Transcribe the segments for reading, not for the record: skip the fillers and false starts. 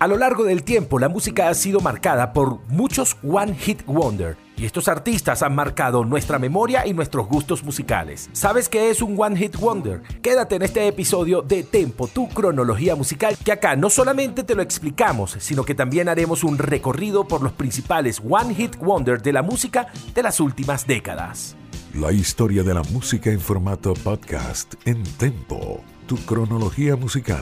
A lo largo del tiempo, la música ha sido marcada por muchos One Hit Wonder, y estos artistas han marcado nuestra memoria y nuestros gustos musicales. ¿Sabes qué es un One Hit Wonder? Quédate en este episodio de Tempo, tu cronología musical, que acá no solamente te lo explicamos, sino que también haremos un recorrido por los principales One Hit Wonder de la música de las últimas décadas. La historia de la música en formato podcast en Tempo, tu cronología musical.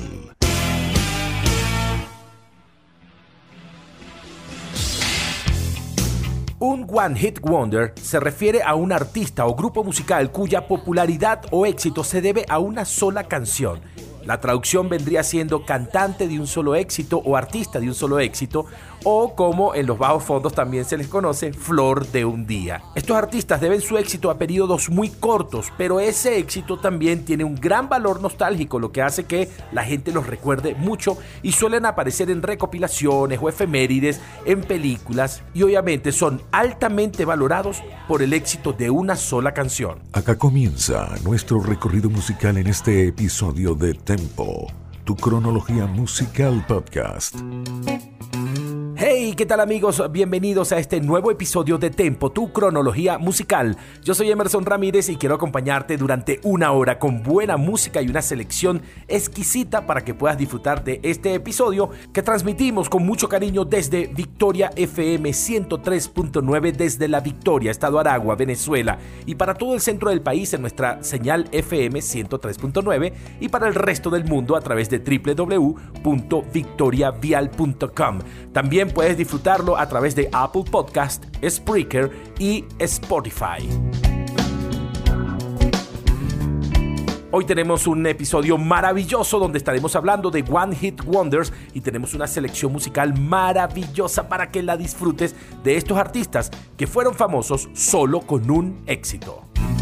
Un One Hit Wonder se refiere a un artista o grupo musical cuya popularidad o éxito se debe a una sola canción. La traducción vendría siendo cantante de un solo éxito o artista de un solo éxito, o como en los bajos fondos también se les conoce, flor de un día. Estos artistas deben su éxito a periodos muy cortos, pero ese éxito también tiene un gran valor nostálgico, lo que hace que la gente los recuerde mucho, y suelen aparecer en recopilaciones o efemérides, en películas, y obviamente son altamente valorados por el éxito de una sola canción. Acá comienza nuestro recorrido musical en este episodio de Tempo, tu cronología musical podcast. Hey, ¿qué tal amigos? Bienvenidos a este nuevo episodio de Tempo, tu cronología musical. Yo soy Emerson Ramírez y quiero acompañarte durante una hora con buena música y una selección exquisita para que puedas disfrutar de este episodio que transmitimos con mucho cariño desde Victoria FM 103.9 desde La Victoria, Estado Aragua, Venezuela, y para todo el centro del país en nuestra señal FM 103.9 y para el resto del mundo a través de www.victoriavial.com. También puedes disfrutarlo a través de Apple Podcast, Spreaker y Spotify. Hoy tenemos un episodio maravilloso donde estaremos hablando de One Hit Wonders y tenemos una selección musical maravillosa para que la disfrutes de estos artistas que fueron famosos solo con un éxito.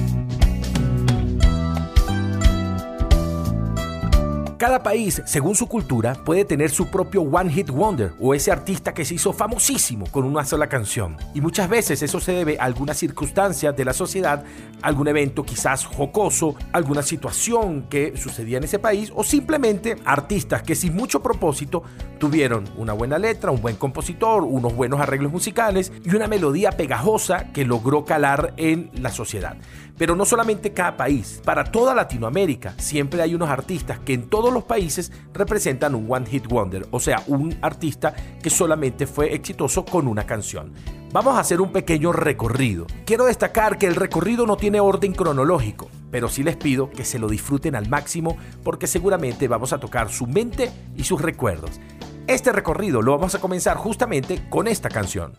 Cada país, según su cultura, puede tener su propio One Hit Wonder o ese artista que se hizo famosísimo con una sola canción. Y muchas veces eso se debe a alguna circunstancia de la sociedad, algún evento quizás jocoso, alguna situación que sucedía en ese país o simplemente artistas que sin mucho propósito tuvieron una buena letra, un buen compositor, unos buenos arreglos musicales y una melodía pegajosa que logró calar en la sociedad. Pero no solamente cada país, para toda Latinoamérica siempre hay unos artistas que en todos los países representan un One Hit Wonder, o sea, un artista que solamente fue exitoso con una canción. Vamos a hacer un pequeño recorrido. Quiero destacar que el recorrido no tiene orden cronológico, pero sí les pido que se lo disfruten al máximo porque seguramente vamos a tocar su mente y sus recuerdos. Este recorrido lo vamos a comenzar justamente con esta canción.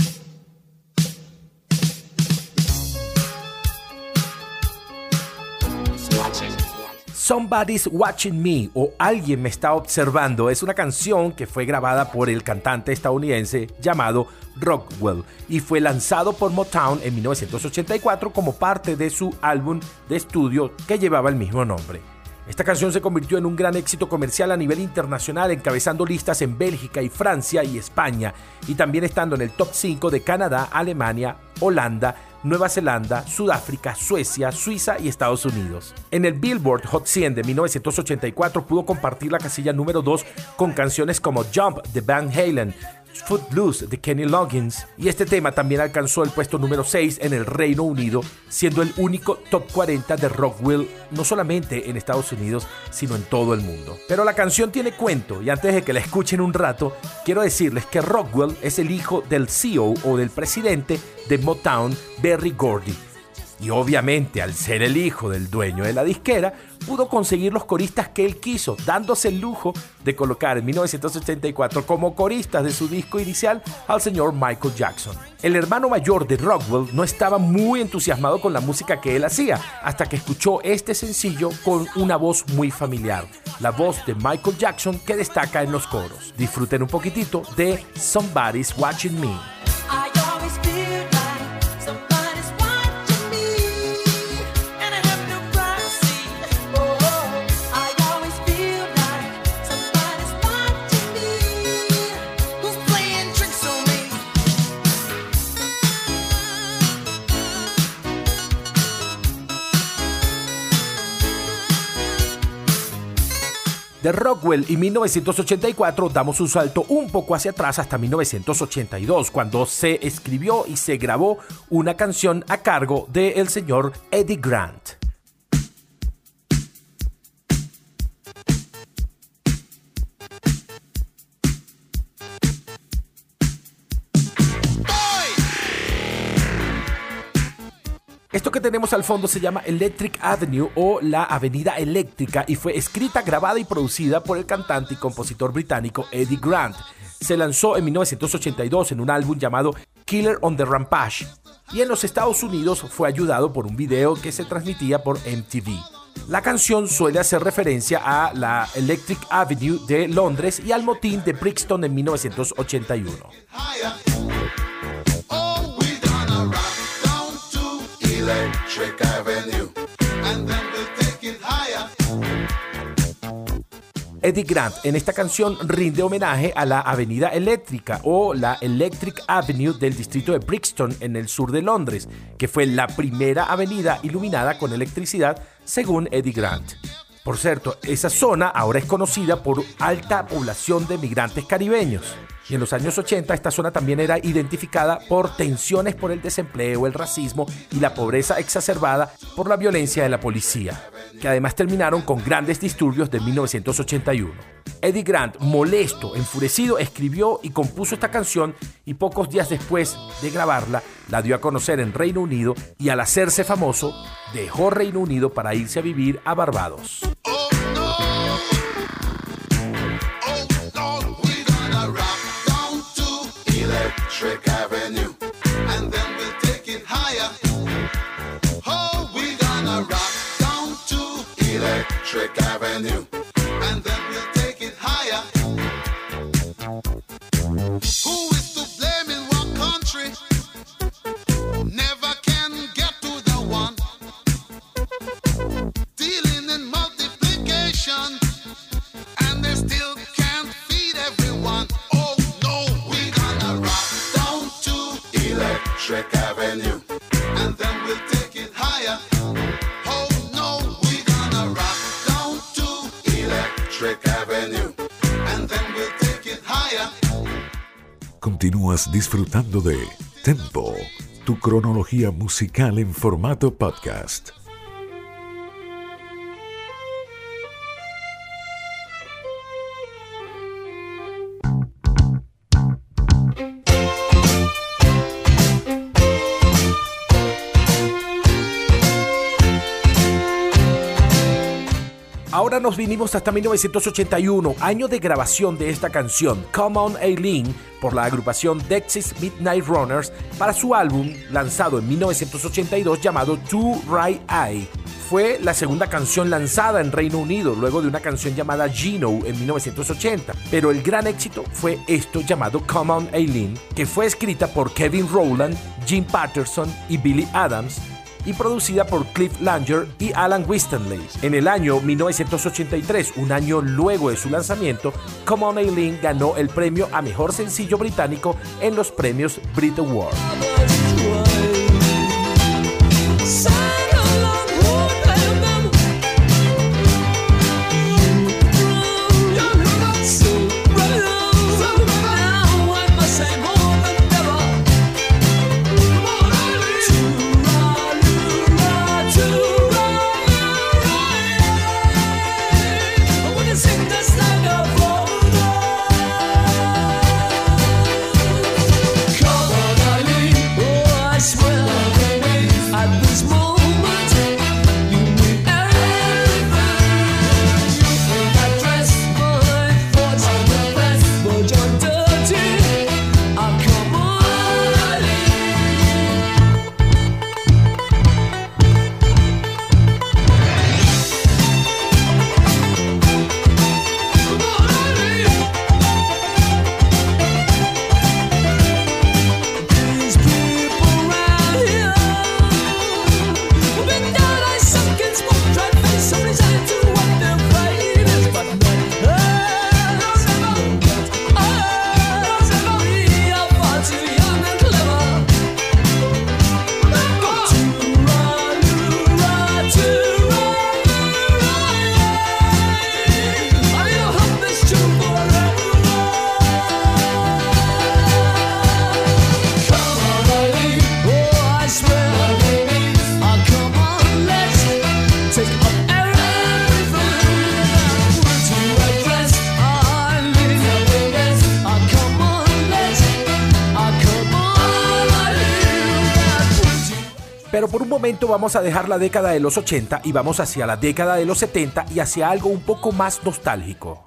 Somebody's Watching Me o Alguien me está observando es una canción que fue grabada por el cantante estadounidense llamado Rockwell y fue lanzado por Motown en 1984 como parte de su álbum de estudio que llevaba el mismo nombre. Esta canción se convirtió en un gran éxito comercial a nivel internacional, encabezando listas en Bélgica y Francia y España, y también estando en el top 5 de Canadá, Alemania, Holanda, Nueva Zelanda, Sudáfrica, Suecia, Suiza y Estados Unidos. En el Billboard Hot 100 de 1984 pudo compartir la casilla número 2 con canciones como Jump de Van Halen, Footloose de Kenny Loggins, y este tema también alcanzó el puesto número 6 en el Reino Unido, siendo el único top 40 de Rockwell, no solamente en Estados Unidos, sino en todo el mundo. Pero la canción tiene cuento, y antes de que la escuchen un rato, quiero decirles que Rockwell es el hijo del CEO o del presidente de Motown, Berry Gordy. Y obviamente, al ser el hijo del dueño de la disquera, pudo conseguir los coristas que él quiso, dándose el lujo de colocar en 1984 como coristas de su disco inicial al señor Michael Jackson. El hermano mayor de Rockwell no estaba muy entusiasmado con la música que él hacía, hasta que escuchó este sencillo con una voz muy familiar, la voz de Michael Jackson que destaca en los coros. Disfruten un poquitito de Somebody's Watching Me. De Rockwell y 1984 damos un salto un poco hacia atrás hasta 1982, cuando se escribió y se grabó una canción a cargo del señor Eddie Grant. Esto que tenemos al fondo se llama Electric Avenue o la Avenida Eléctrica y fue escrita, grabada y producida por el cantante y compositor británico Eddie Grant. Se lanzó en 1982 en un álbum llamado Killer on the Rampage y en los Estados Unidos fue ayudado por un video que se transmitía por MTV. La canción suele hacer referencia a la Electric Avenue de Londres y al motín de Brixton en 1981. Electric Avenue, and then we'll take it higher. Eddie Grant en esta canción rinde homenaje a la Avenida Eléctrica o la Electric Avenue del distrito de Brixton en el sur de Londres, que fue la primera avenida iluminada con electricidad según Eddie Grant. Por cierto, esa zona ahora es conocida por alta población de migrantes caribeños. Y en los años 80 esta zona también era identificada por tensiones por el desempleo, el racismo y la pobreza exacerbada por la violencia de la policía, que además terminaron con grandes disturbios de 1981. Eddie Grant, molesto, enfurecido, escribió y compuso esta canción y pocos días después de grabarla, la dio a conocer en Reino Unido y al hacerse famoso, dejó Reino Unido para irse a vivir a Barbados. Electric Avenue, and then we'll take it higher. Oh, we're gonna rock down to Electric Avenue, and then we'll take it higher. Who is to blame in what country? Never can get to the one. Dealing in multiplication, and they still can't feed everyone. Oh no, we're gonna rock down to Electric Avenue, and then we'll take it higher. Oh no, we're gonna rock down to Electric Avenue, and then we'll take it higher. Continúas disfrutando de Tempo, tu cronología musical en formato podcast. Ahora nos vinimos hasta 1981, año de grabación de esta canción, Come On Eileen, por la agrupación Dexys Midnight Runners, para su álbum lanzado en 1982 llamado To Right Eye. Fue la segunda canción lanzada en Reino Unido, luego de una canción llamada Gino en 1980. Pero el gran éxito fue esto llamado Come On Eileen, que fue escrita por Kevin Rowland, Jim Patterson y Billy Adams, y producida por Cliff Langer y Alan Winstanley. En el año 1983, un año luego de su lanzamiento, Come On Eileen ganó el premio a Mejor Sencillo Británico en los premios Brit Awards. Come on, Eileen. Pero por un momento vamos a dejar la década de los 80 y vamos hacia la década de los 70 y hacia algo un poco más nostálgico.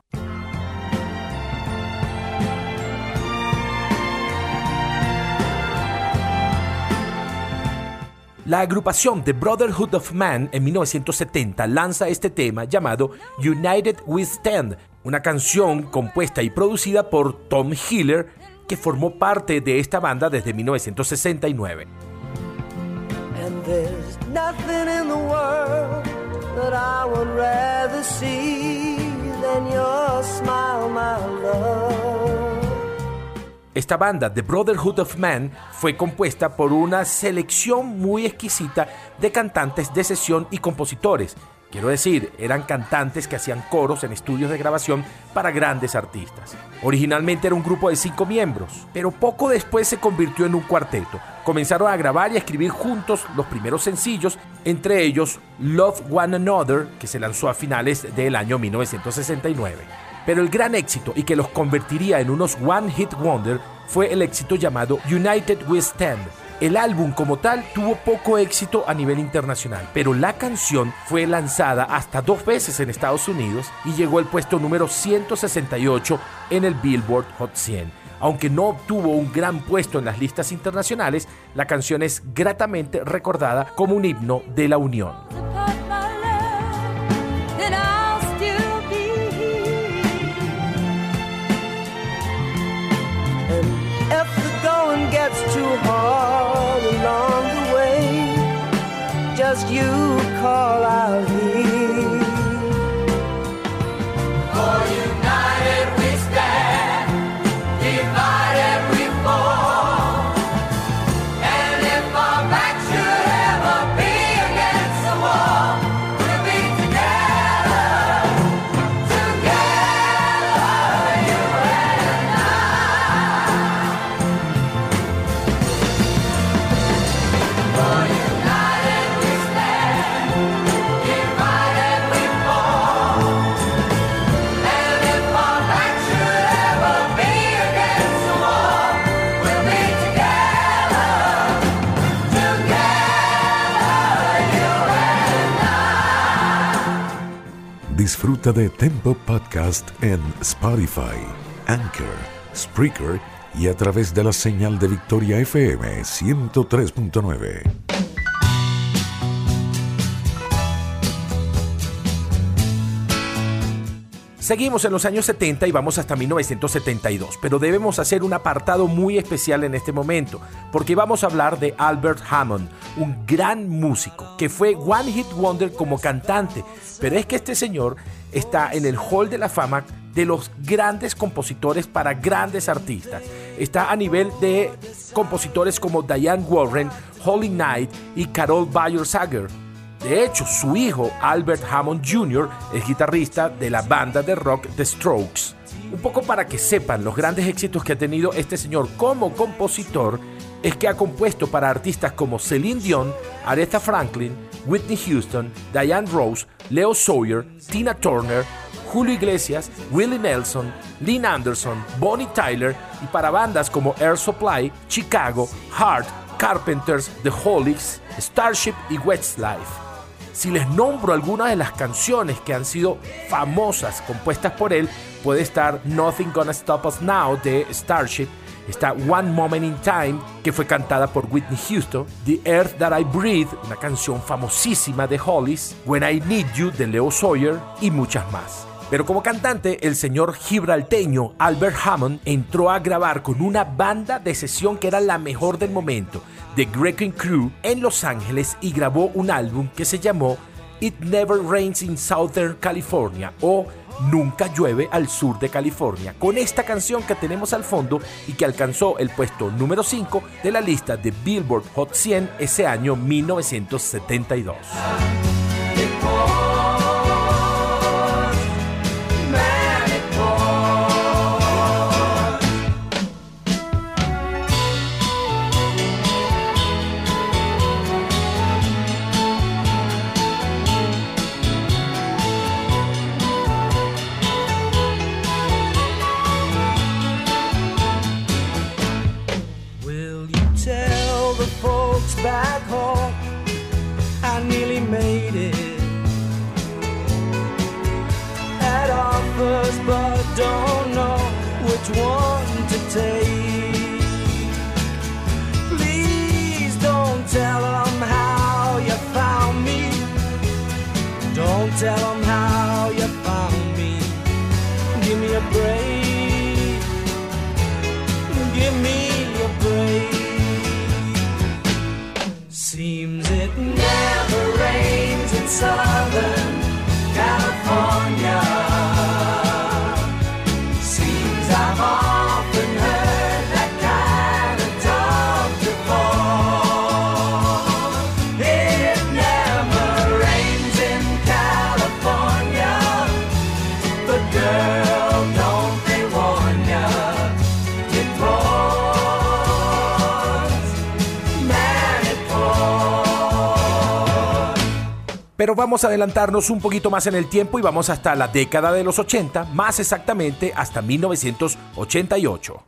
La agrupación The Brotherhood of Man en 1970 lanza este tema llamado United We Stand, una canción compuesta y producida por Tom Hiller, que formó parte de esta banda desde 1969. And there's nothing in the world that I would rather see than your smile, my love. Esta banda, The Brotherhood of Man, fue compuesta por una selección muy exquisita de cantantes de sesión y compositores. Quiero decir, eran cantantes que hacían coros en estudios de grabación para grandes artistas. Originalmente era un grupo de 5 miembros, pero poco después se convirtió en un cuarteto. Comenzaron a grabar y a escribir juntos los primeros sencillos, entre ellos Love One Another, que se lanzó a finales del año 1969. Pero el gran éxito, y que los convertiría en unos One Hit Wonder, fue el éxito llamado United We Stand. El álbum como tal tuvo poco éxito a nivel internacional, pero la canción fue lanzada hasta 2 veces en Estados Unidos y llegó al puesto número 168 en el Billboard Hot 100. Aunque no obtuvo un gran puesto en las listas internacionales, la canción es gratamente recordada como un himno de la unión. Gets too hard along the way, just you call out here. For united we stand, divided we fall. And if our back should ever be against the wall, we'll be together, together, you and I. For united we stand, divided we fall. And if our back should ever be against the wall, we'll be together, together, you and I. Disfruta de Tempo Podcast en Spotify, Anchor, Spreaker y a través de la señal de Victoria FM 103.9. Seguimos en los años 70 y vamos hasta 1972, pero debemos hacer un apartado muy especial en este momento, porque vamos a hablar de Albert Hammond, un gran músico que fue One Hit Wonder como cantante, pero es que este señor está en el Hall de la Fama de los grandes compositores para grandes artistas. Está a nivel de compositores como Diane Warren, Holly Knight y Carol Bayer-Sager. De hecho, su hijo, Albert Hammond Jr., es guitarrista de la banda de rock The Strokes. Un poco para que sepan los grandes éxitos que ha tenido este señor como compositor, es que ha compuesto para artistas como Celine Dion, Aretha Franklin, Whitney Houston, Diane Ross, Leo Sayer, Tina Turner, Julio Iglesias, Willie Nelson, Lynn Anderson, Bonnie Tyler y para bandas como Air Supply, Chicago, Heart, Carpenters, The Hollies, Starship y Westlife. Si les nombro algunas de las canciones que han sido famosas compuestas por él, puede estar Nothing Gonna Stop Us Now de Starship, está One Moment in Time, que fue cantada por Whitney Houston, The Earth That I Breathe, una canción famosísima de Hollies, When I Need You de Leo Sayer y muchas más. Pero como cantante, el señor gibralteño Albert Hammond entró a grabar con una banda de sesión que era la mejor del momento, The Wrecking Crew, en Los Ángeles, y grabó un álbum que se llamó It Never Rains in Southern California, o Nunca Llueve al Sur de California, con esta canción que tenemos al fondo y que alcanzó el puesto número 5 de la lista de Billboard Hot 100 ese año 1972. Back home I nearly made it at our first, but don't know which one to take. Please don't tell them how you found me. Don't tell them how you found me. Give me a break. Give me a break. Seems it never rains in Southern California. Seems I've often heard that kind of talk before. It never rains in California, but girl, don't they warn ya? It pours, man, it pours. Pero vamos a adelantarnos un poquito más en el tiempo y vamos hasta la década de los 80, más exactamente hasta 1988.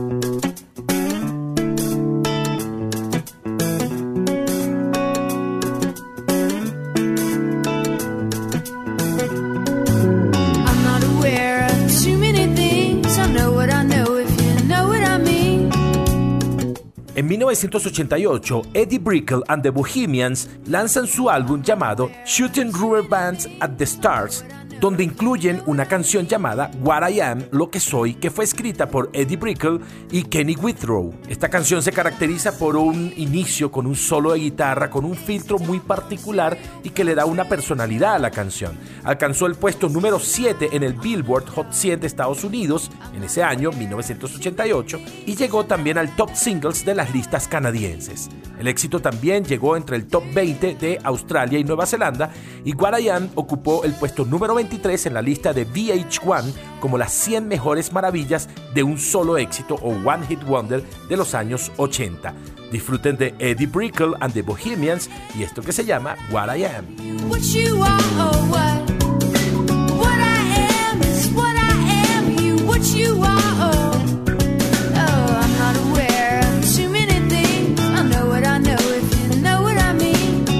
I'm not aware of too many things. I know what I know if you know what I mean. En 1988, Eddie Brickell and the Bohemians lanzan su álbum llamado Shooting Rubber Bands at the Stars, donde incluyen una canción llamada What I Am, Lo que Soy, que fue escrita por Eddie Brickell y Kenny Withrow. Esta canción se caracteriza por un inicio con un solo de guitarra, con un filtro muy particular y que le da una personalidad a la canción. Alcanzó el puesto número 7 en el Billboard Hot 100 de Estados Unidos en ese año, 1988, y llegó también al top singles de las listas canadienses. El éxito también llegó entre el top 20 de Australia y Nueva Zelanda, y What I Am ocupó el puesto número 23 en la lista de VH1 como las 100 mejores maravillas de un solo éxito o One Hit Wonder de los años 80. Disfruten de Eddie Brickell and the Bohemians y esto que se llama What I Am. What you are or what? What I am is what I am. You, what you are or oh, I'm not aware of too many things. I know what I know if you know what I mean.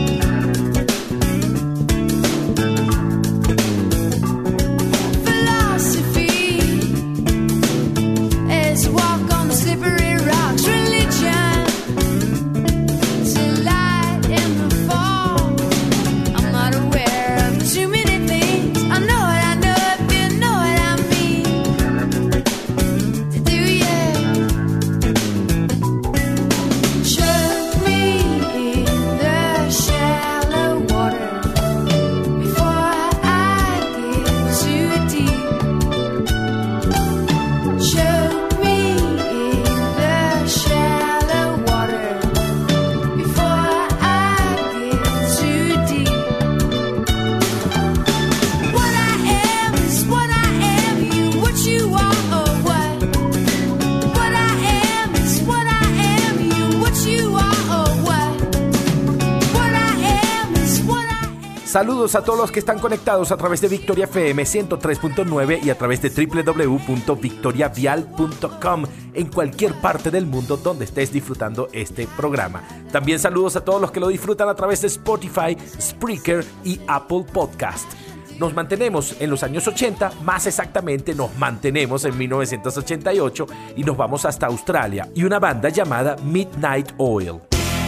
Philosophy is walk on the slippery rocks. Religion is a light in the fall. I'm not aware of too many things. I know what I know if you know what I mean. Do you? Choke me in the shallow water before I get too deep. Choke me in the shallow water before I get too deep. What I am is what I am. You, what you are or what? What I am is what I am. You, what you are or what? What I am is what I am. Saludos a todos los que están conectados a través de Victoria FM 103.9 y a través de www.victoriavial.com en cualquier parte del mundo donde estés disfrutando este programa. También saludos a todos los que lo disfrutan a través de Spotify, Spreaker y Apple Podcast. Nos mantenemos en los años 80, más exactamente nos mantenemos en 1988 y nos vamos hasta Australia y una banda llamada Midnight Oil.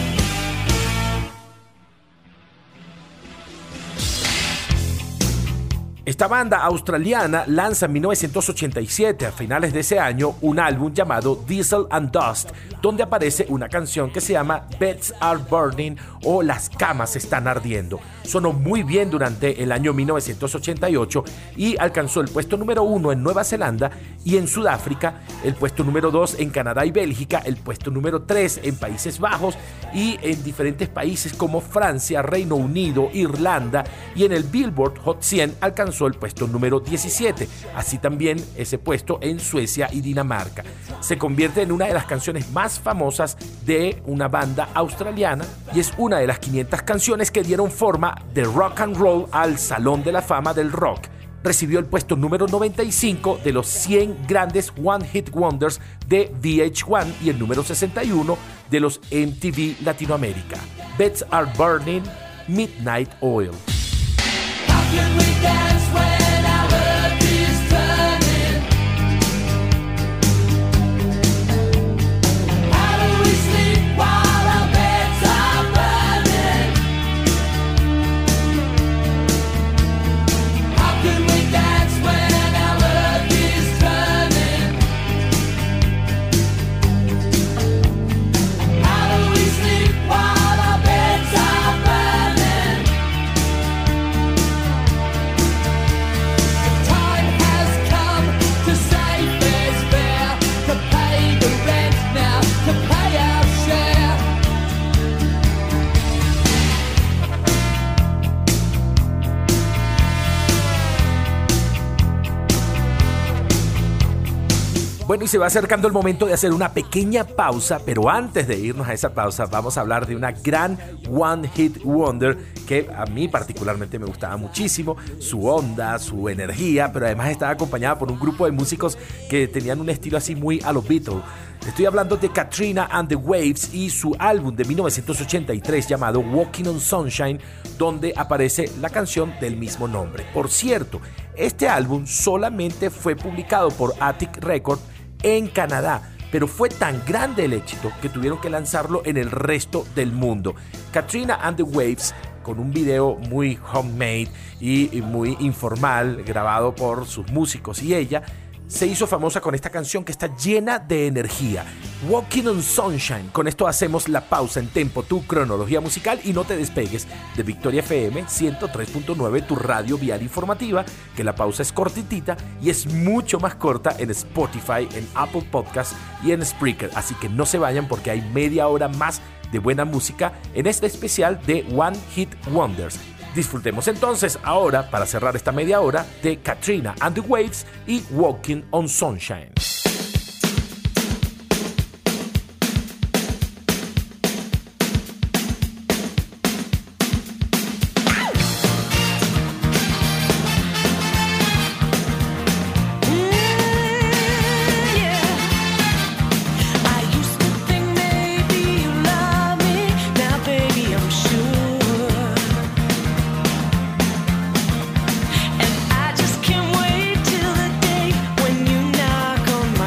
Esta banda australiana lanza en 1987, a finales de ese año, un álbum llamado Diesel and Dust, donde aparece una canción que se llama Beds Are Burning o Las camas están ardiendo. Sonó muy bien durante el año 1988 y alcanzó el puesto número 1 en Nueva Zelanda y en Sudáfrica, el puesto número 2 en Canadá y Bélgica, el puesto número 3 en Países Bajos y en diferentes países como Francia, Reino Unido, Irlanda, y en el Billboard Hot 100 alcanzó el puesto número 17, así también ese puesto en Suecia y Dinamarca. Se convierte en una de las canciones más famosas de una banda australiana y es una de las 500 canciones que dieron forma de rock and roll al Salón de la Fama del Rock. Recibió el puesto número 95 de los 100 grandes One Hit Wonders de VH1 y el número 61 de los MTV Latinoamérica. Beds Are Burning, Midnight Oil. How can we dance when our earth is turning? How do we sleep while our beds are burning? How can we dance when our earth is turning? How do we sleep while our beds are burning? Time has come to say fair's fair, to pay the rent now, to pay our share. Bueno, y se va acercando el momento de hacer una pequeña pausa, pero antes de irnos a esa pausa vamos a hablar de una gran One Hit Wonder que a mí particularmente me gustaba muchísimo, su onda, su energía, pero además estaba acompañada por un grupo de músicos que tenían un estilo así muy a los Beatles. Estoy hablando de Katrina and the Waves y su álbum de 1983 llamado Walking on Sunshine, donde aparece la canción del mismo nombre. Por cierto, este álbum solamente fue publicado por Attic Records en Canadá, pero fue tan grande el éxito que tuvieron que lanzarlo en el resto del mundo. Katrina and the Waves, con un video muy homemade y muy informal, grabado por sus músicos y ella, se hizo famosa con esta canción que está llena de energía. Walking on Sunshine. Con esto hacemos la pausa en Tempo, tu cronología musical, y no te despegues de Victoria FM 103.9, tu radio vial informativa, que la pausa es cortitita y es mucho más corta en Spotify, en Apple Podcasts y en Spreaker. Así que no se vayan porque hay media hora más de buena música en este especial de One Hit Wonders. Disfrutemos entonces ahora, para cerrar esta media hora, de Katrina and the Waves y Walking on Sunshine. And I just can't wait till the day when you knock on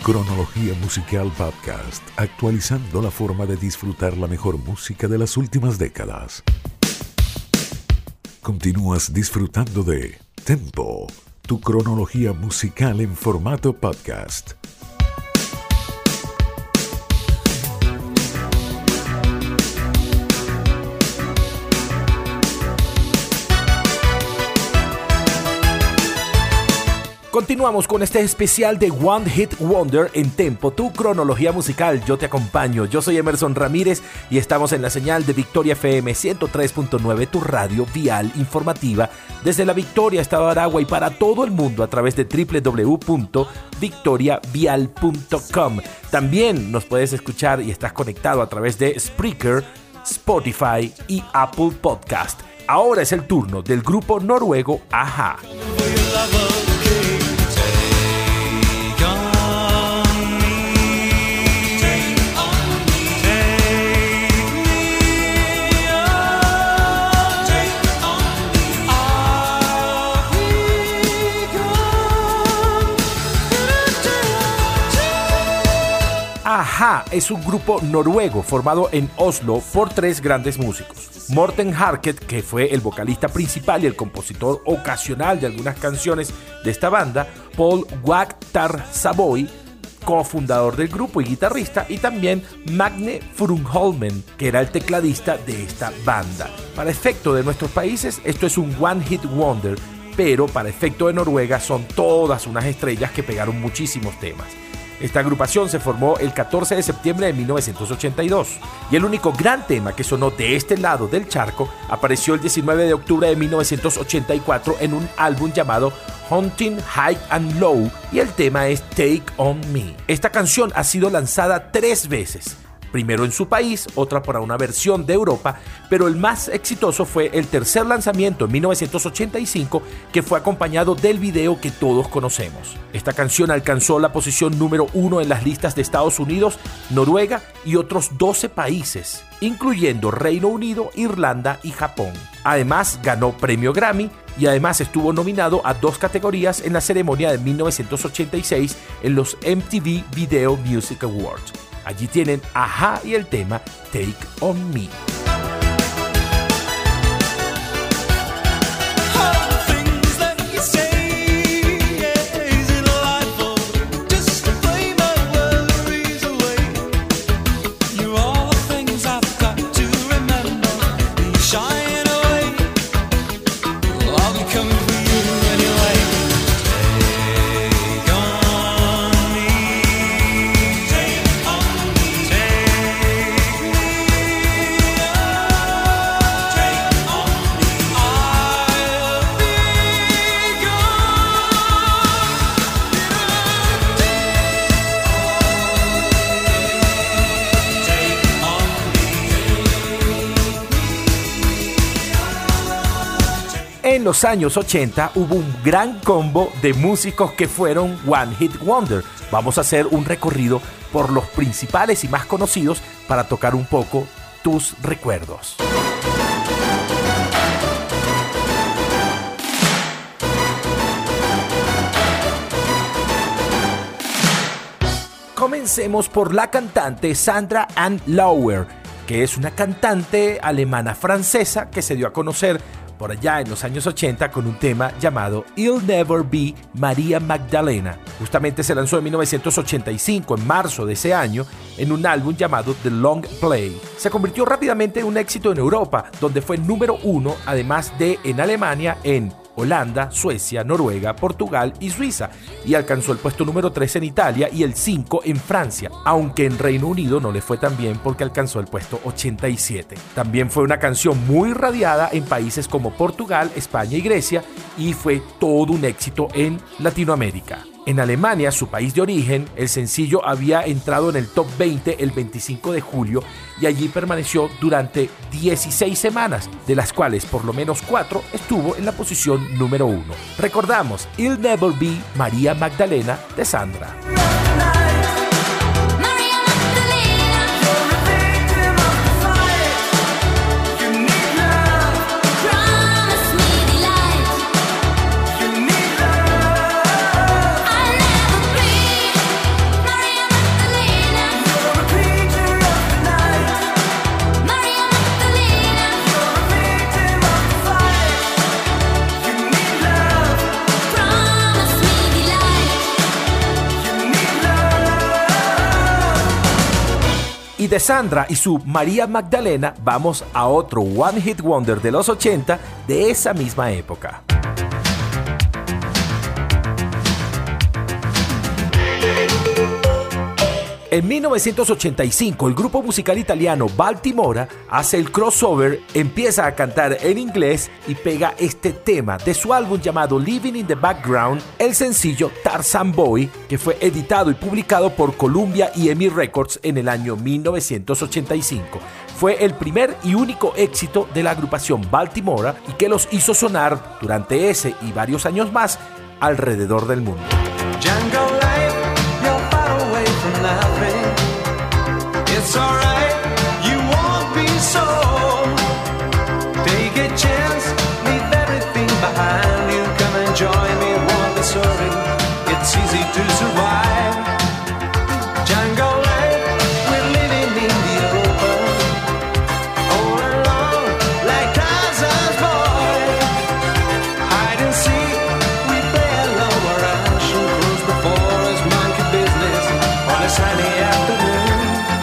Cronología Musical Podcast, actualizando la forma de disfrutar la mejor música de las últimas décadas. Continúas disfrutando de Tempo, tu cronología musical en formato podcast. Continuamos con este especial de One Hit Wonder en Tempo, tu cronología musical. Yo te acompaño, yo soy Emerson Ramírez y estamos en la señal de Victoria FM 103.9, tu radio vial informativa desde la Victoria, Estado de Aragua y para todo el mundo a través de www.victoriavial.com. También nos puedes escuchar y estás conectado a través de Spreaker, Spotify y Apple Podcast. Ahora es el turno del grupo noruego a-ha. a-ha es un grupo noruego formado en Oslo por tres grandes músicos. Morten Harket, que fue el vocalista principal y el compositor ocasional de algunas canciones de esta banda, Paul Waaktaar Savoy, cofundador del grupo y guitarrista, y también Magne Furuholmen, que era el tecladista de esta banda. Para efecto de nuestros países, esto es un One Hit Wonder, pero para efecto de Noruega son todas unas estrellas que pegaron muchísimos temas. Esta agrupación se formó el 14 de septiembre de 1982 y el único gran tema que sonó de este lado del charco apareció el 19 de octubre de 1984 en un álbum llamado Hunting High and Low y el tema es Take On Me. Esta canción ha sido lanzada 3 veces. Primero en su país, otra para una versión de Europa, pero el más exitoso fue el tercer lanzamiento en 1985, que fue acompañado del video que todos conocemos. Esta canción alcanzó la posición número 1 en las listas de Estados Unidos, Noruega y otros 12 países, incluyendo Reino Unido, Irlanda y Japón. Además, ganó premio Grammy y además estuvo nominado a 2 categorías en la ceremonia de 1986 en los MTV Video Music Awards. Allí tienen a-ha y el tema Take On Me. En los años 80 hubo un gran combo de músicos que fueron One Hit Wonder. Vamos a hacer un recorrido por los principales y más conocidos para tocar un poco tus recuerdos. Comencemos por la cantante Sandra Ann Lauer, que es una cantante alemana-francesa que se dio a conocer por allá en los años 80 con un tema llamado I'll Never Be Maria Magdalena. Justamente se lanzó en 1985, en marzo de ese año, en un álbum llamado The Long Play. Se convirtió rápidamente en un éxito en Europa, donde fue número 1, además de en Alemania, en Holanda, Suecia, Noruega, Portugal y Suiza, y alcanzó el puesto número 3 en Italia y el 5 en Francia, aunque en Reino Unido no le fue tan bien porque alcanzó el puesto 87. También fue una canción muy radiada en países como Portugal, España y Grecia, y fue todo un éxito en Latinoamérica. En Alemania, su país de origen, el sencillo había entrado en el top 20 el 25 de julio y allí permaneció durante 16 semanas, de las cuales por lo menos 4 estuvo en la posición número 1. Recordamos I'll Never Be Maria Magdalena de Sandra. de Sandra y su María Magdalena, vamos a otro One Hit Wonder de los 80 de esa misma época. En 1985, el grupo musical italiano Baltimora hace el crossover, empieza a cantar en inglés y pega este tema de su álbum llamado Living in the Background, el sencillo Tarzan Boy, que fue editado y publicado por Columbia y EMI Records en el año 1985. Fue el primer y único éxito de la agrupación Baltimora y que los hizo sonar durante ese y varios años más alrededor del mundo. Django Light, you're far away from laughing. It's alright, you won't be sold. Take a chance, leave everything behind you. Come and join me, won't be sorry. It's easy to survive. Django Light, we're living in the open. All alone, like Tarzan's boy. Hide and seek, we play alone where action grows before us, monkey business on a sunny afternoon.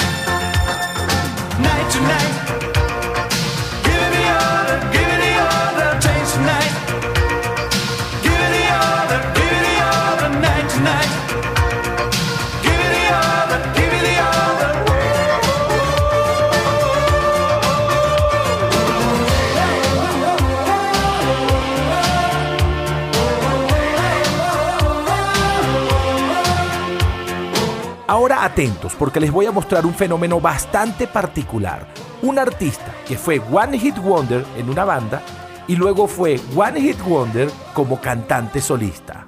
Night to night, give it the order, taste tonight. Give it the order, night to night. Give it the order, give it the order. Ahora atentos, porque les voy a mostrar un fenómeno bastante particular. Un artista que fue One Hit Wonder en una banda y luego fue One Hit Wonder como cantante solista.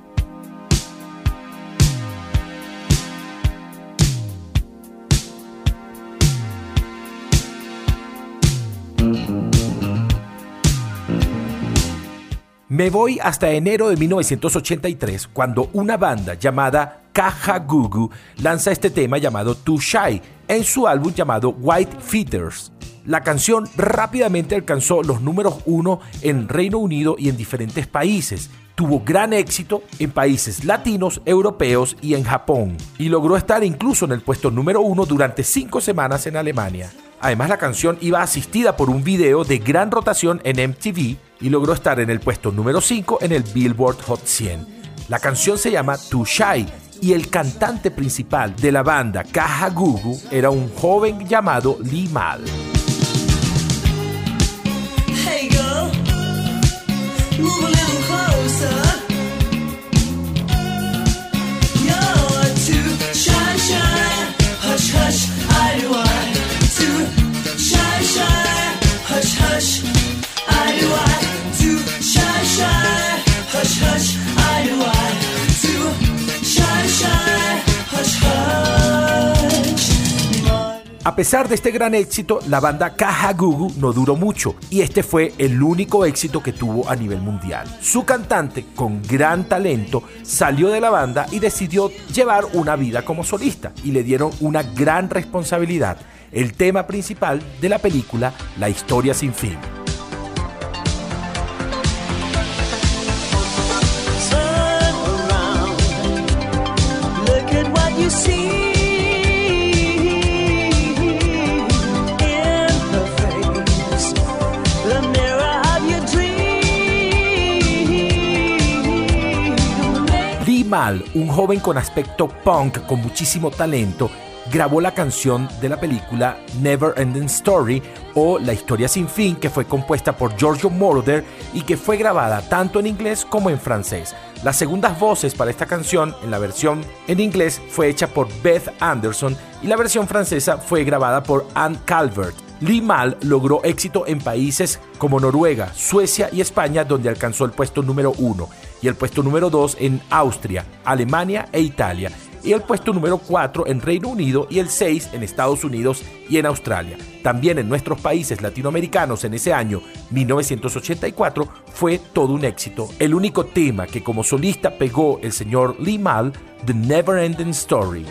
Me voy hasta enero de 1983, cuando una banda llamada Kajagoogoo lanza este tema llamado Too Shy en su álbum llamado White Feathers. La canción rápidamente alcanzó los números 1 en Reino Unido y en diferentes países. Tuvo gran éxito en países latinos, europeos y en Japón, y logró estar incluso en el puesto número 1 durante 5 semanas en Alemania. Además, la canción iba asistida por un video de gran rotación en MTV y logró estar en el puesto número 5 en el Billboard Hot 100. La canción se llama Too Shy y el cantante principal de la banda Kajagoogoo era un joven llamado Lee Mal. Hey girl, move a little closer. You're too shy, shy, hush, hush, I do I. Too shy, shy, hush, hush, I do I. Too shy, shy, hush, hush, I do I. Too shy, shy, hush, hush. A pesar de este gran éxito, la banda Kajagoogoo no duró mucho y este fue el único éxito que tuvo a nivel mundial. Su cantante, con gran talento, salió de la banda y decidió llevar una vida como solista y le dieron una gran responsabilidad, el tema principal de la película La Historia Sin Fin. Turn around, look at what you see. Lee Mal, un joven con aspecto punk con muchísimo talento, grabó la canción de la película Never Ending Story o La Historia Sin Fin, que fue compuesta por Giorgio Moroder y que fue grabada tanto en inglés como en francés. Las segundas voces para esta canción en la versión en inglés fue hecha por Beth Anderson y la versión francesa fue grabada por Anne Calvert. Lee Mal logró éxito en países como Noruega, Suecia y España, donde alcanzó el puesto número 1 y el puesto número 2 en Austria, Alemania e Italia, y el puesto número 4 en Reino Unido y el 6 en Estados Unidos y en Australia. También en nuestros países latinoamericanos en ese año 1984 fue todo un éxito. El único tema que como solista pegó el señor Lee Mal, The Never Ending Story.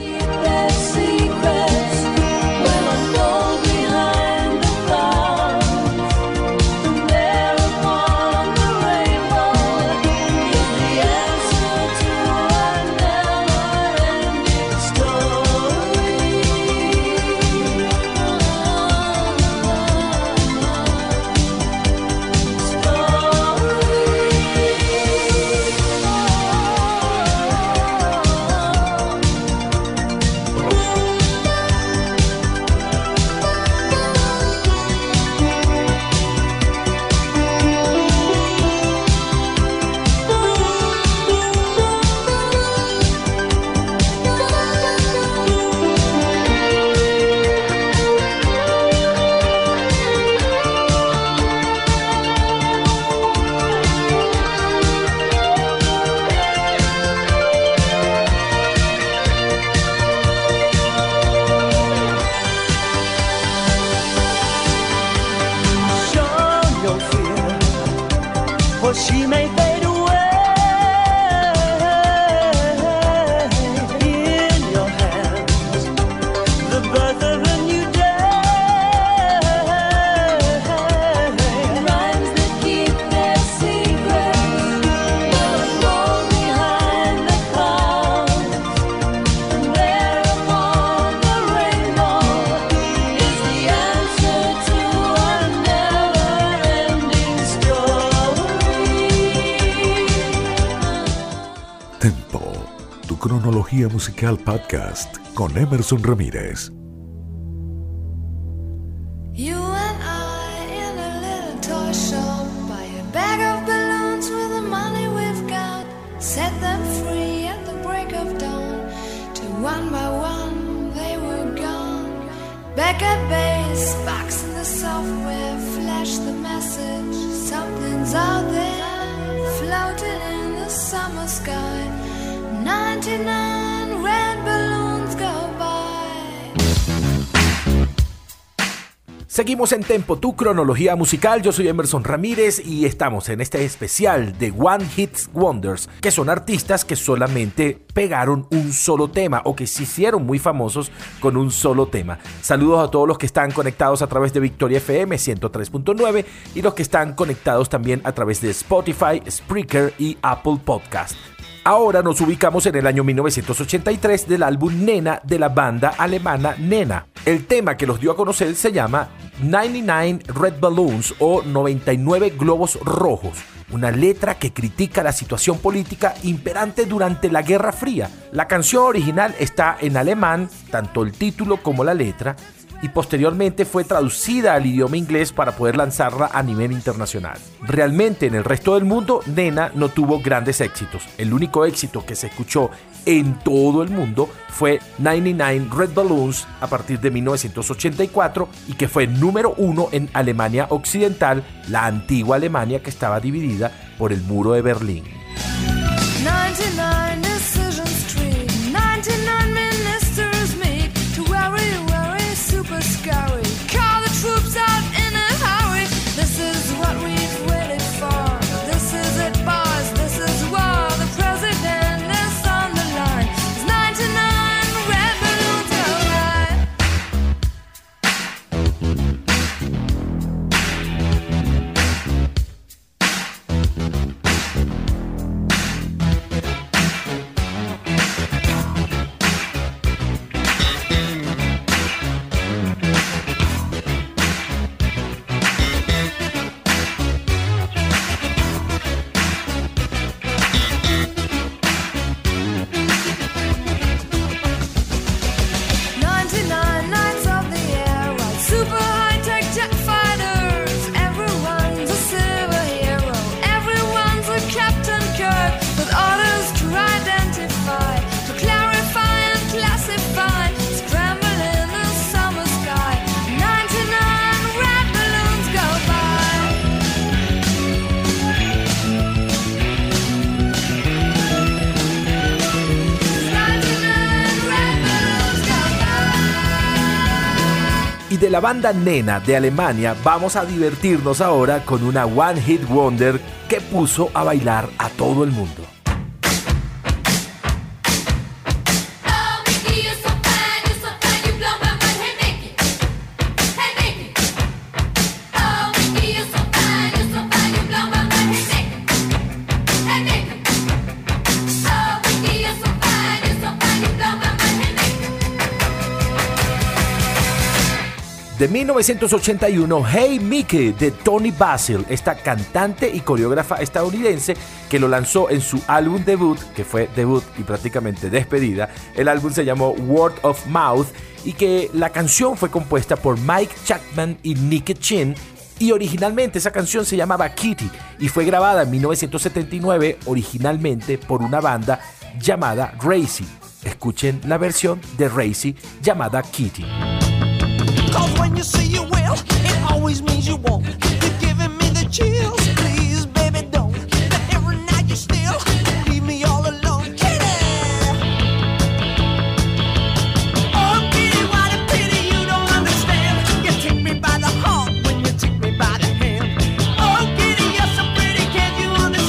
she may fade away in your hands. The birth of a new day. Rhymes that keep their secrets, look more behind the clouds. And there upon the rainbow is the answer to a never-ending story. Tempo, tu cronología musical podcast con Emerson Ramírez. You and I in a little toy shop, buy a bag of balloons with the money we've got, set them free at the break of dawn, till one by one they were gone. Back at base, box in the software, flash the message, something's out there, floating in the summer sky. 99 red balloons go by. Seguimos en Tempo, tu cronología musical. Yo soy Emerson Ramírez y estamos en este especial de One Hit Wonders, que son artistas que solamente pegaron un solo tema o que se hicieron muy famosos con un solo tema. Saludos a todos los que están conectados a través de Victoria FM 103.9 y los que están conectados también a través de Spotify, Spreaker y Apple Podcast. Ahora nos ubicamos en el año 1983 del álbum Nena de la banda alemana Nena. El tema que los dio a conocer se llama 99 Red Balloons o 99 Globos Rojos, una letra que critica la situación política imperante durante la Guerra Fría. La canción original está en alemán, tanto el título como la letra, y posteriormente fue traducida al idioma inglés para poder lanzarla a nivel internacional. Realmente en el resto del mundo, Nena no tuvo grandes éxitos. El único éxito que se escuchó en todo el mundo fue 99 Red Balloons a partir de 1984 y que fue número 1 en Alemania Occidental, la antigua Alemania que estaba dividida por el muro de Berlín. 99 decisions tree, 99 ministers meet to worry, super scurry. Call the troops out in a hurry. This is what we've waited for. This is it, boys. This is war. The president is on the line. There's 99 red balloons alright. De la banda Nena de Alemania vamos a divertirnos ahora con una One Hit Wonder que puso a bailar a todo el mundo. De 1981, Hey Mickey de Tony Basil, esta cantante y coreógrafa estadounidense que lo lanzó en su álbum debut, que fue debut y prácticamente despedida. El álbum se llamó Word of Mouth y que la canción fue compuesta por Mike Chapman y Nicky Chin. Y originalmente esa canción se llamaba Kitty y fue grabada en 1979 originalmente por una banda llamada Racy. Escuchen la versión de Racy llamada Kitty. Cause when you say you will, it always means you won't. You're giving me the chills, please baby don't. But every night you still leave me all alone. Kitty! Oh Kitty, what a pity you don't understand. You take me by the heart when you take me by the hand. Oh Kitty, you're so pretty, can't you understand?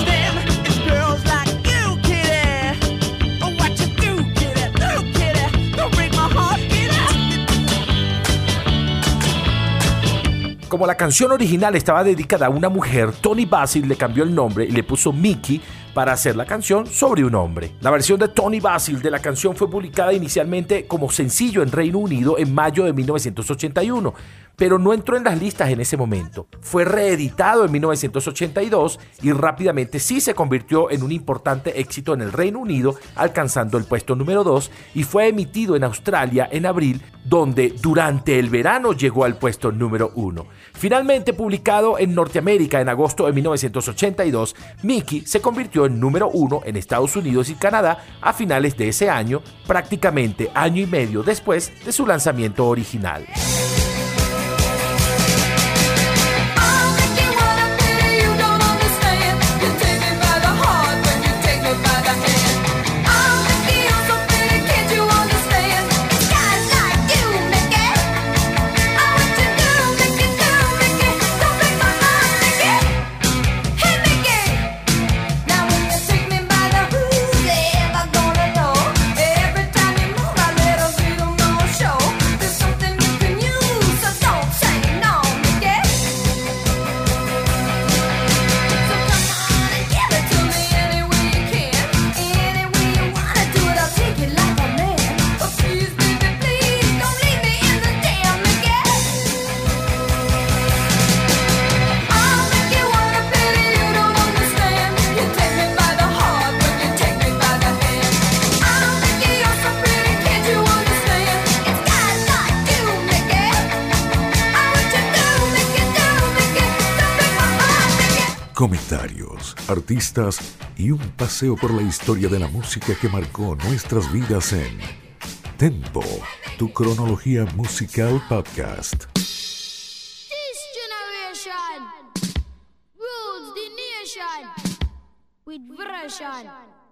Como la canción original estaba dedicada a una mujer, Tony Basil le cambió el nombre y le puso Mickey para hacer la canción sobre un hombre. La versión de Tony Basil de la canción fue publicada inicialmente como sencillo en Reino Unido en mayo de 1981, pero no entró en las listas en ese momento. Fue reeditado en 1982 y rápidamente sí se convirtió en un importante éxito en el Reino Unido, alcanzando el puesto número 2, y fue emitido en Australia en abril, donde durante el verano llegó al puesto número 1. Finalmente publicado en Norteamérica en agosto de 1982, Mickey se convirtió en número 1 en Estados Unidos y Canadá a finales de ese año, prácticamente año y medio después de su lanzamiento original. Comentarios, artistas y un paseo por la historia de la música que marcó nuestras vidas en Tempo, tu cronología musical podcast. This generation rules the nation with version.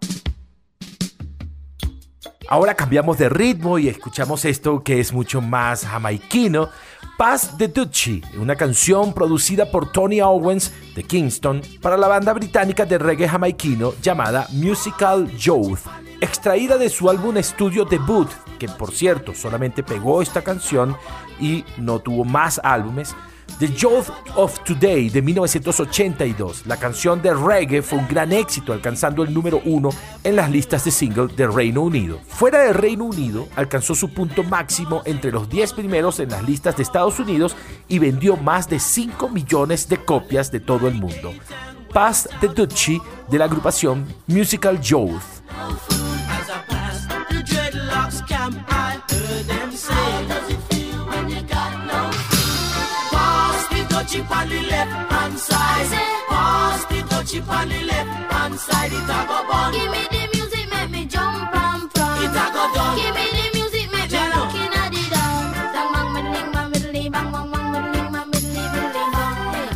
Ahora cambiamos de ritmo y escuchamos esto que es mucho más jamaiquino. Pass the Dutchie, una canción producida por Tony Owens de Kingston para la banda británica de reggae jamaiquino llamada Musical Youth, extraída de su álbum estudio debut, que por cierto solamente pegó esta canción y no tuvo más álbumes. The Youth of Today de 1982. La canción de reggae fue un gran éxito, alcanzando el número 1 en las listas de single de Reino Unido. Fuera de Reino Unido, alcanzó su punto máximo entre los 10 primeros en las listas de Estados Unidos y vendió más de 5 millones de copias de todo el mundo. Pass the Dutchie de la agrupación Musical Youth. As I passed the dreadlocks camp, I heard them say, how does it feel when you got no food? Pass the dutchie on the left hand side. Pass the dutchie on the left hand side. It a go bun. Give me the music, make me jump and prance. It a go done. Give me the music, make me looking at the dance. Bang bang middling, bang middling, bang bang bang middling, bang middling, middling, bang.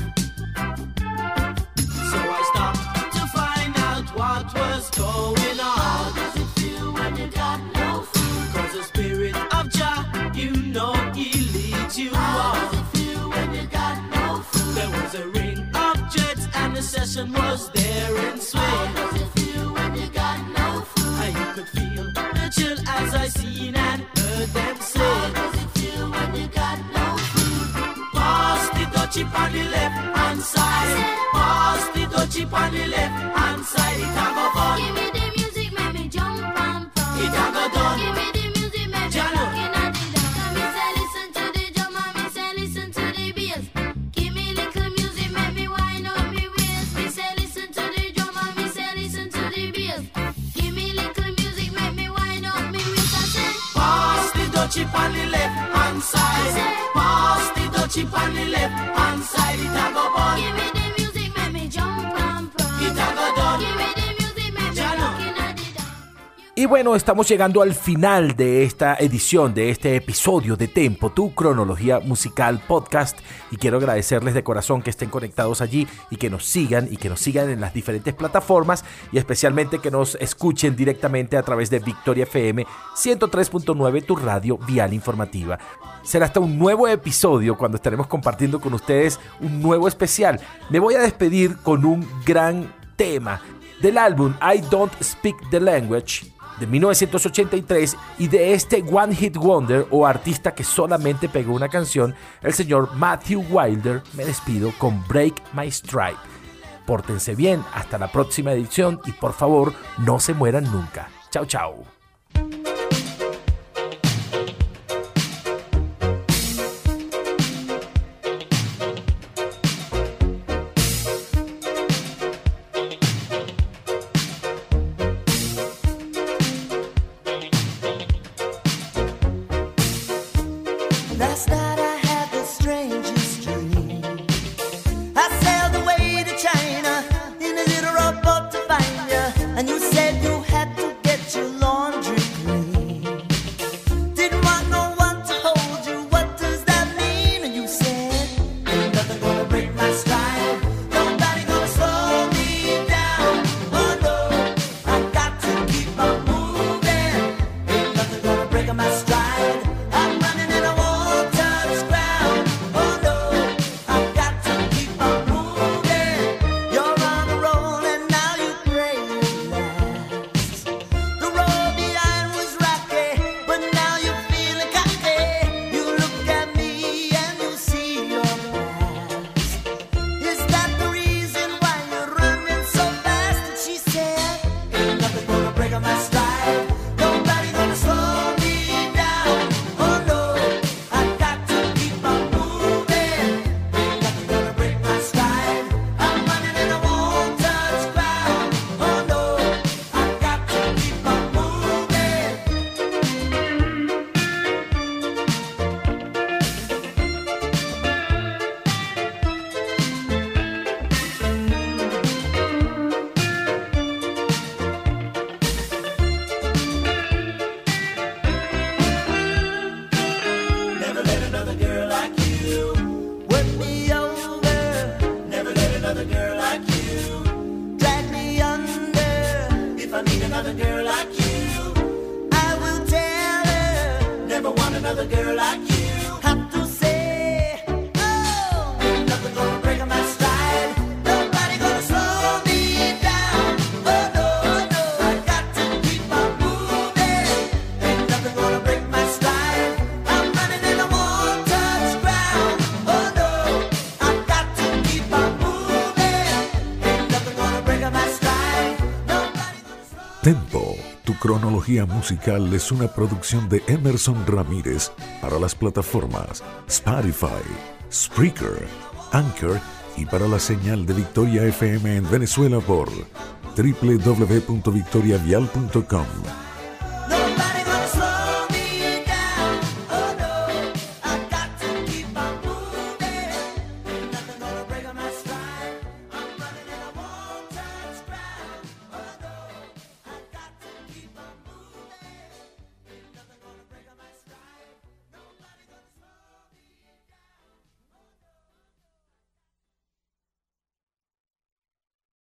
So I stopped to find out what was going on. How does it feel when you got no food? 'Cause the spirit of Jah, you know he leads you on. How does it feel when you got no food? There was a ring of jets and the session was there in swing. How does it feel when you got no food? And you could feel the chill as I seen and heard them say. How does it feel when you got no food? Pass the dutchie on the left hand side. Pass the dutchie on the left hand side. It a go fun. Give me the music, make me jump and prance. It a go done. Give me the music, make me Jalo. looking at the dance. Me say listen to the drum and me say listen to the bass. Give me little music, make me wind up me waist. Me say listen to the drum and me say listen to the bass. Give me little music, make me wind up me waist. I say Pass the dutchie on the left hand side. Pass the dutchie on the left hand side. It a go bun. give me the music, make me jump and prance. It a go done. Give me the music, make me Jalo. looking at the dance. Y bueno, estamos llegando al final de esta edición, de este episodio de Tempo, tu cronología musical podcast, y quiero agradecerles de corazón que estén conectados allí y que nos sigan en las diferentes plataformas, y especialmente que nos escuchen directamente a través de Victoria FM 103.9, tu radio vial informativa. Será hasta un nuevo episodio cuando estaremos compartiendo con ustedes un nuevo especial. Me voy a despedir con un gran tema del álbum I Don't Speak the Language, de 1983, y de este One Hit Wonder o artista que solamente pegó una canción, el señor Matthew Wilder, me despido con Break My Stride. Pórtense bien, hasta la próxima edición y por favor no se mueran nunca. Chao, chao. Last night I had the strangest dream. I sailed away to China in a little rowboat to find you, and you said you had to get your laundry clean. Didn't want no one to hold you. What does that mean? And you said, ain't nothing gonna break my stride. Nobody gonna slow me down. Oh no, I got to keep on moving. Ain't nothing gonna break my stride. I'm running and I won't touch ground. Oh no, I've got to keep on moving. You're on a roll and now you pray it lasts. The road behind was rocky, but now you're feeling cocky. You look at me and you see your past. Is that the reason why you're running so fast? And she said, ain't nothing gonna break on my stride. Nobody gonna slow me down. Oh no, I got to keep on moving. Ain't nothing gonna break my stride. I'm running and I won't touch ground. Oh no, I got to keep on moving. Never let another girl like you work me over. Never let another girl like you drag me under. If I meet another girl like you, I will tell her. Never want another girl like you. Have to say, oh, ain't nothing gonna break my stride. Nobody gonna slow me down. Oh no, no, I got to keep on moving. Ain't nothing gonna break my stride. I'm running and I won't touch ground. Oh no, I've got to keep on moving. Ain't nothing gonna break my stride. Nobody gonna slow. Tempo, tu cronología musical es una producción de Emerson Ramírez para las plataformas Spotify, Spreaker, Anchor y para la señal de Victoria FM en Venezuela por www.victoriavial.com.